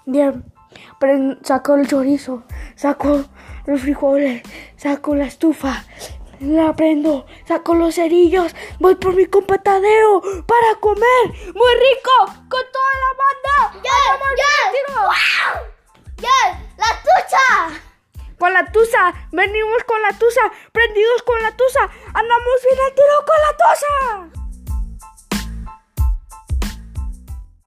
Bien, saco el chorizo, saco los frijoles, saco la estufa, la prendo, saco los cerillos, voy por mi compatadero para comer muy rico con toda la banda. ¡La tucha! Con la tusa, venimos con la tusa, prendidos con la tusa, andamos bien al tiro con la tusa.